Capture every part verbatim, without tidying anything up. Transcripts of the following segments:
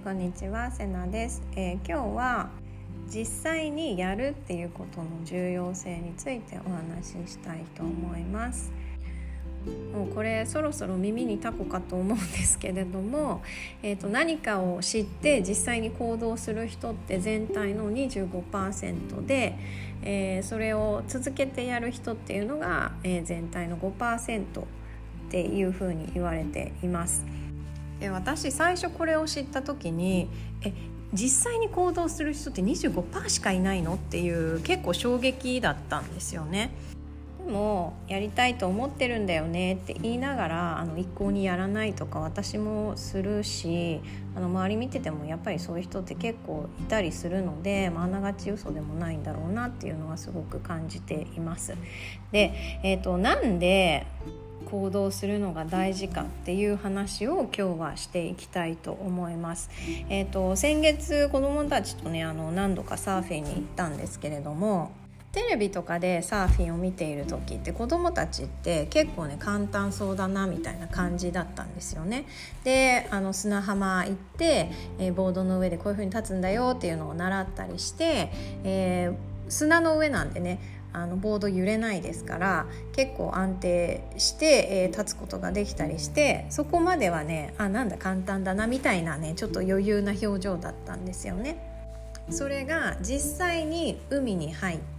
こんにちは、セナです。えー、今日は実際にやるっていうことの重要性についてお話ししたいと思います。もうこれそろそろ耳にタコかと思うんですけれども、えーと、何かを知って実際に行動する人って全体の にじゅうごパーセント で、えー、それを続けてやる人っていうのが、えー、全体の ごパーセント っていうふうに言われています。で、私最初これを知った時にえ実際に行動する人って にじゅうごパーセント しかいないのっていう結構衝撃だったんですよね。でもやりたいと思ってるんだよねって言いながらあの一向にやらないとか私もするし、あの周り見ててもやっぱりそういう人って結構いたりするので、まあ、あながち嘘でもないんだろうなっていうのはすごく感じています。で、えーと、なんで行動するのが大事かっていう話を今日はしていきたいと思います。えーと、先月子どもたちとねあの何度かサーフィンに行ったんですけれども、テレビとかでサーフィンを見ている時って子どもたちって結構ね簡単そうだなみたいな感じだったんですよね。で、あの砂浜行って、えー、ボードの上でこういう風に立つんだよっていうのを習ったりして、えー、砂の上なんでねあのボード揺れないですから結構安定して、えー、立つことができたりして、そこまではねあなんだ簡単だなみたいなねちょっと余裕な表情だったんですよね。それが実際に海に入って、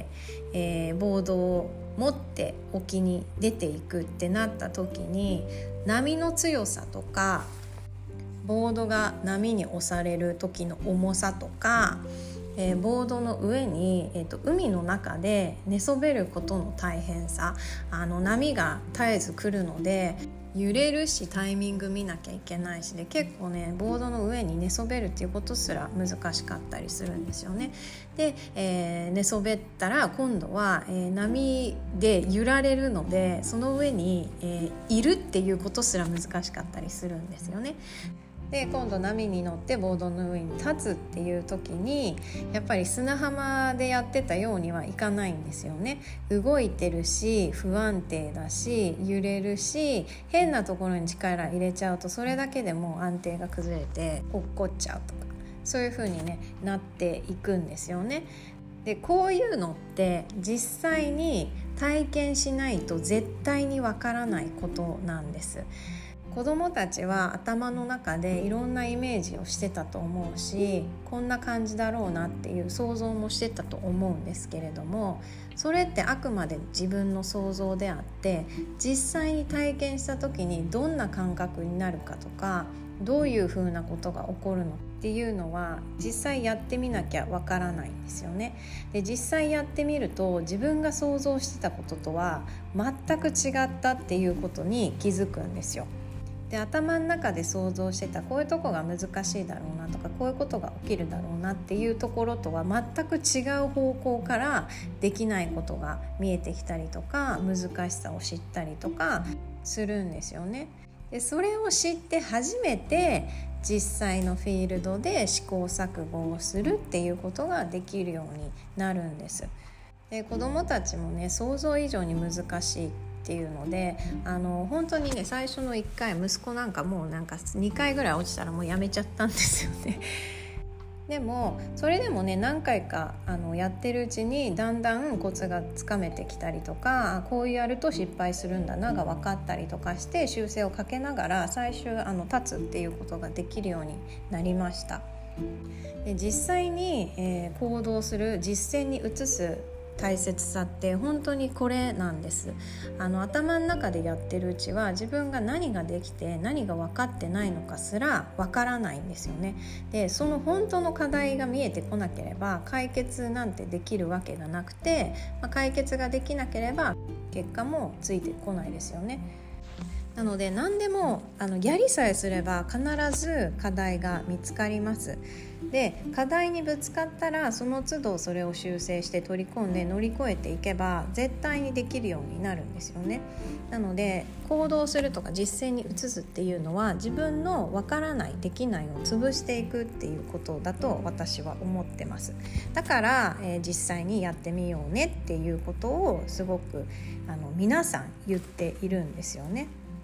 えー、ボードを持って沖に出ていくってなった時に波の強さとかボードが波に押される時の重さとか、えー、ボードの上に、えーと、海の中で寝そべることの大変さ、あの波が絶えず来るので揺れるしタイミング見なきゃいけないしで結構ねボードの上に寝そべるっていうことすら難しかったりするんですよね。で、えー、寝そべったら今度は、えー、波で揺られるのでその上に、えー、いるっていうことすら難しかったりするんですよね。で今度波に乗ってボードの上に立つっていう時にやっぱり砂浜でやってたようにはいかないんですよね。動いてるし不安定だし揺れるし変なところに力入れちゃうとそれだけでもう安定が崩れて落っこっちゃうとかそういう風に、ね、なっていくんですよね。でこういうのって実際に体験しないと絶対にわからないことなんです。子どもたちは頭の中でいろんなイメージをしてたと思うしこんな感じだろうなっていう想像もしてたと思うんですけれども、それってあくまで自分の想像であって実際に体験した時にどんな感覚になるかとかどういうふうなことが起こるのっていうのは実際やってみなきゃわからないんですよね。で実際やってみると自分が想像してたこととは全く違ったっていうことに気づくんですよ。で頭の中で想像してたこういうとこが難しいだろうなとかこういうことが起きるだろうなっていうところとは全く違う方向からできないことが見えてきたりとか難しさを知ったりとかするんですよね。でそれを知って初めて実際のフィールドで試行錯誤をするっていうことができるようになるんです。で子どもたちもね想像以上に難しいっていうのであの本当にね最初のいっかい息子なんかもうなんかにかいぐらい落ちたらもうやめちゃったんですよね。でもそれでもね何回かあのやってるうちにだんだんコツがつかめてきたりとかこうやると失敗するんだなが分かったりとかして修正をかけながら最終あの立つっていうことができるようになりました。で実際に、えー、行動する実践に移す大切さって本当にこれなんです。あの頭の中でやってるうちは自分が何ができて何が分かってないのかすら分からないんですよね。でその本当の課題が見えてこなければ解決なんてできるわけがなくて、まあ、解決ができなければ結果もついてこないですよね。なので何でもあのやりさえすれば必ず課題が見つかります。で課題にぶつかったらその都度それを修正して取り込んで乗り越えていけば絶対にできるようになるんですよね。なので行動するとか実践に移すっていうのは自分のわからないできないを潰していくっていうことだと私は思ってます。だから、えー、実際にやってみようねっていうことをすごくあの皆さん言っているんですよね。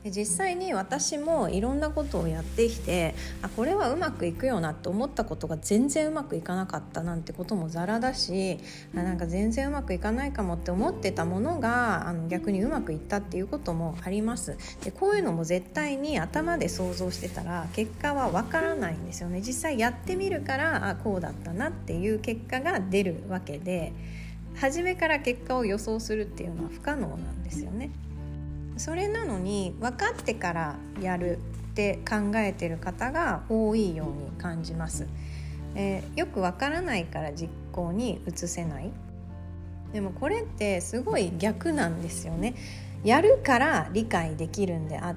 で実際に私もいろんなことをやってきて、あこれはうまくいくよなと思ったことが全然うまくいかなかったなんてこともザラだし、あなんか全然うまくいかないかもって思ってたものがあの逆にうまくいったっていうこともあります。でこういうのも絶対に頭で想像してたら結果はわからないんですよね。実際やってみるからあこうだったなっていう結果が出るわけで、初めから結果を予想するっていうのは不可能なんですよね。それなのに分かってからやるって考えてる方が多いように感じます。えー、よく分からないから実行に移せない。でもこれってすごい逆なんですよね。やるから理解できるんであって、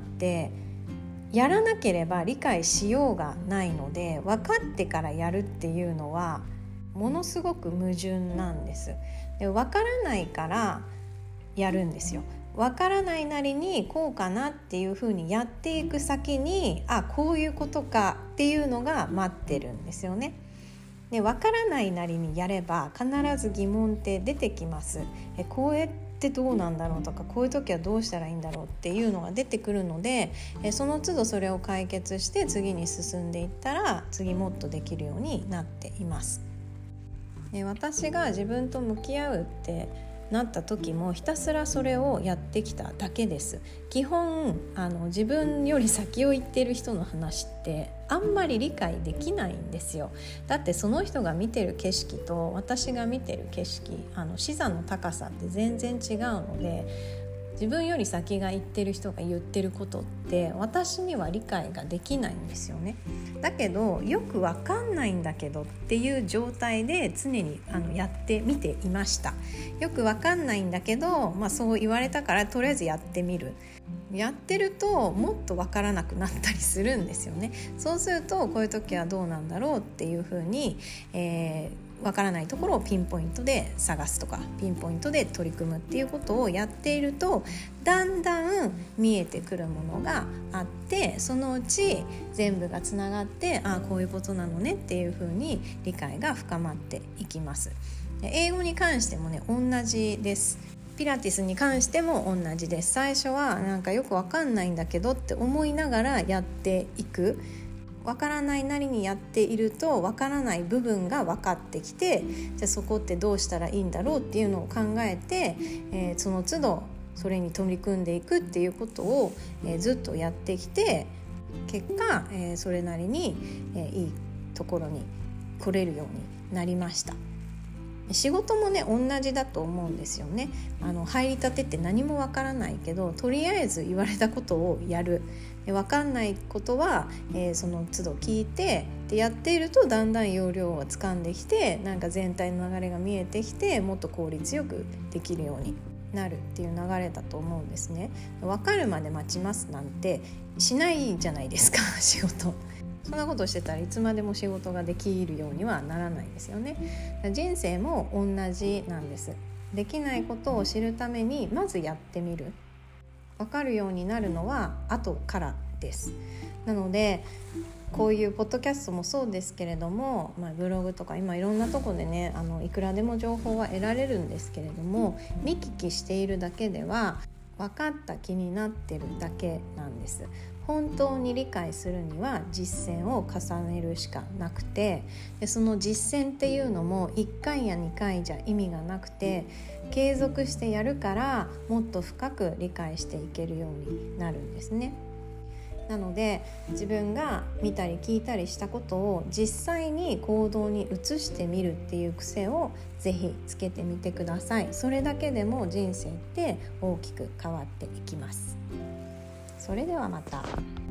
やらなければ理解しようがないので、分かってからやるっていうのはものすごく矛盾なんです。で分からないからやるんですよ。分からないなりにこうかなっていう風にやっていく先に、あこういうことかっていうのが待ってるんですよね。で分からないなりにやれば必ず疑問って出てきます。えこうやってどうなんだろうとか、こういう時はどうしたらいいんだろうっていうのが出てくるので、えその都度それを解決して次に進んでいったら次もっとできるようになっています。で私が自分と向き合うってなった時もひたすらそれをやってきただけです。基本あの自分より先を行っている人の話ってあんまり理解できないんですよ。だってその人が見てる景色と私が見てる景色、あの視座の高さって全然違うので、自分より先が言ってる人が言ってることって私には理解ができないんですよね。だけどよくわかんないんだけどっていう状態で常にあのやってみていました。よくわかんないんだけど、まあ、そう言われたからとりあえずやってみる。やってるともっとわからなくなったりするんですよね。そうするとこういう時はどうなんだろうっていうふうに、えー、わからないところをピンポイントで探すとか、ピンポイントで取り組むっていうことをやっていると、だんだん見えてくるものがあって、そのうち全部がつながって、ああこういうことなのねっていうふうに理解が深まっていきます。英語に関してもね同じです。ピラティスに関しても同じです。最初はなんかよくわかんないんだけどって思いながらやっていく。わからないなりにやっているとわからない部分が分かってきて、じゃあそこってどうしたらいいんだろうっていうのを考えて、えー、その都度それに取り組んでいくっていうことを、えー、ずっとやってきて、結果、えー、それなりに、えー、いいところに来れるようになりました。仕事もね同じだと思うんですよね。あの入りたてって何もわからないけど、とりあえず言われたことをやる。でわかんないことは、えー、その都度聞いて、でやっているとだんだん要領をつかんできて、なんか全体の流れが見えてきて、もっと効率よくできるようになるっていう流れだと思うんですね。わかるまで待ちますなんてしないじゃないですか仕事。そんなことしてたらいつまでも仕事ができるようにはならないですよね。人生も同じなんです。できないことを知るためにまずやってみる。分かるようになるのは後からです。なのでこういうポッドキャストもそうですけれども、まあ、ブログとか今いろんなとこでねあのいくらでも情報は得られるんですけれども、見聞きしているだけでは分かった気になってるだけなんです。本当に理解するには実践を重ねるしかなくて、でその実践っていうのもいっかいやにかいじゃ意味がなくて、継続してやるからもっと深く理解していけるようになるんですね。なので自分が見たり聞いたりしたことを実際に行動に移してみるっていう癖をぜひつけてみてください。それだけでも人生って大きく変わっていきます。それではまた。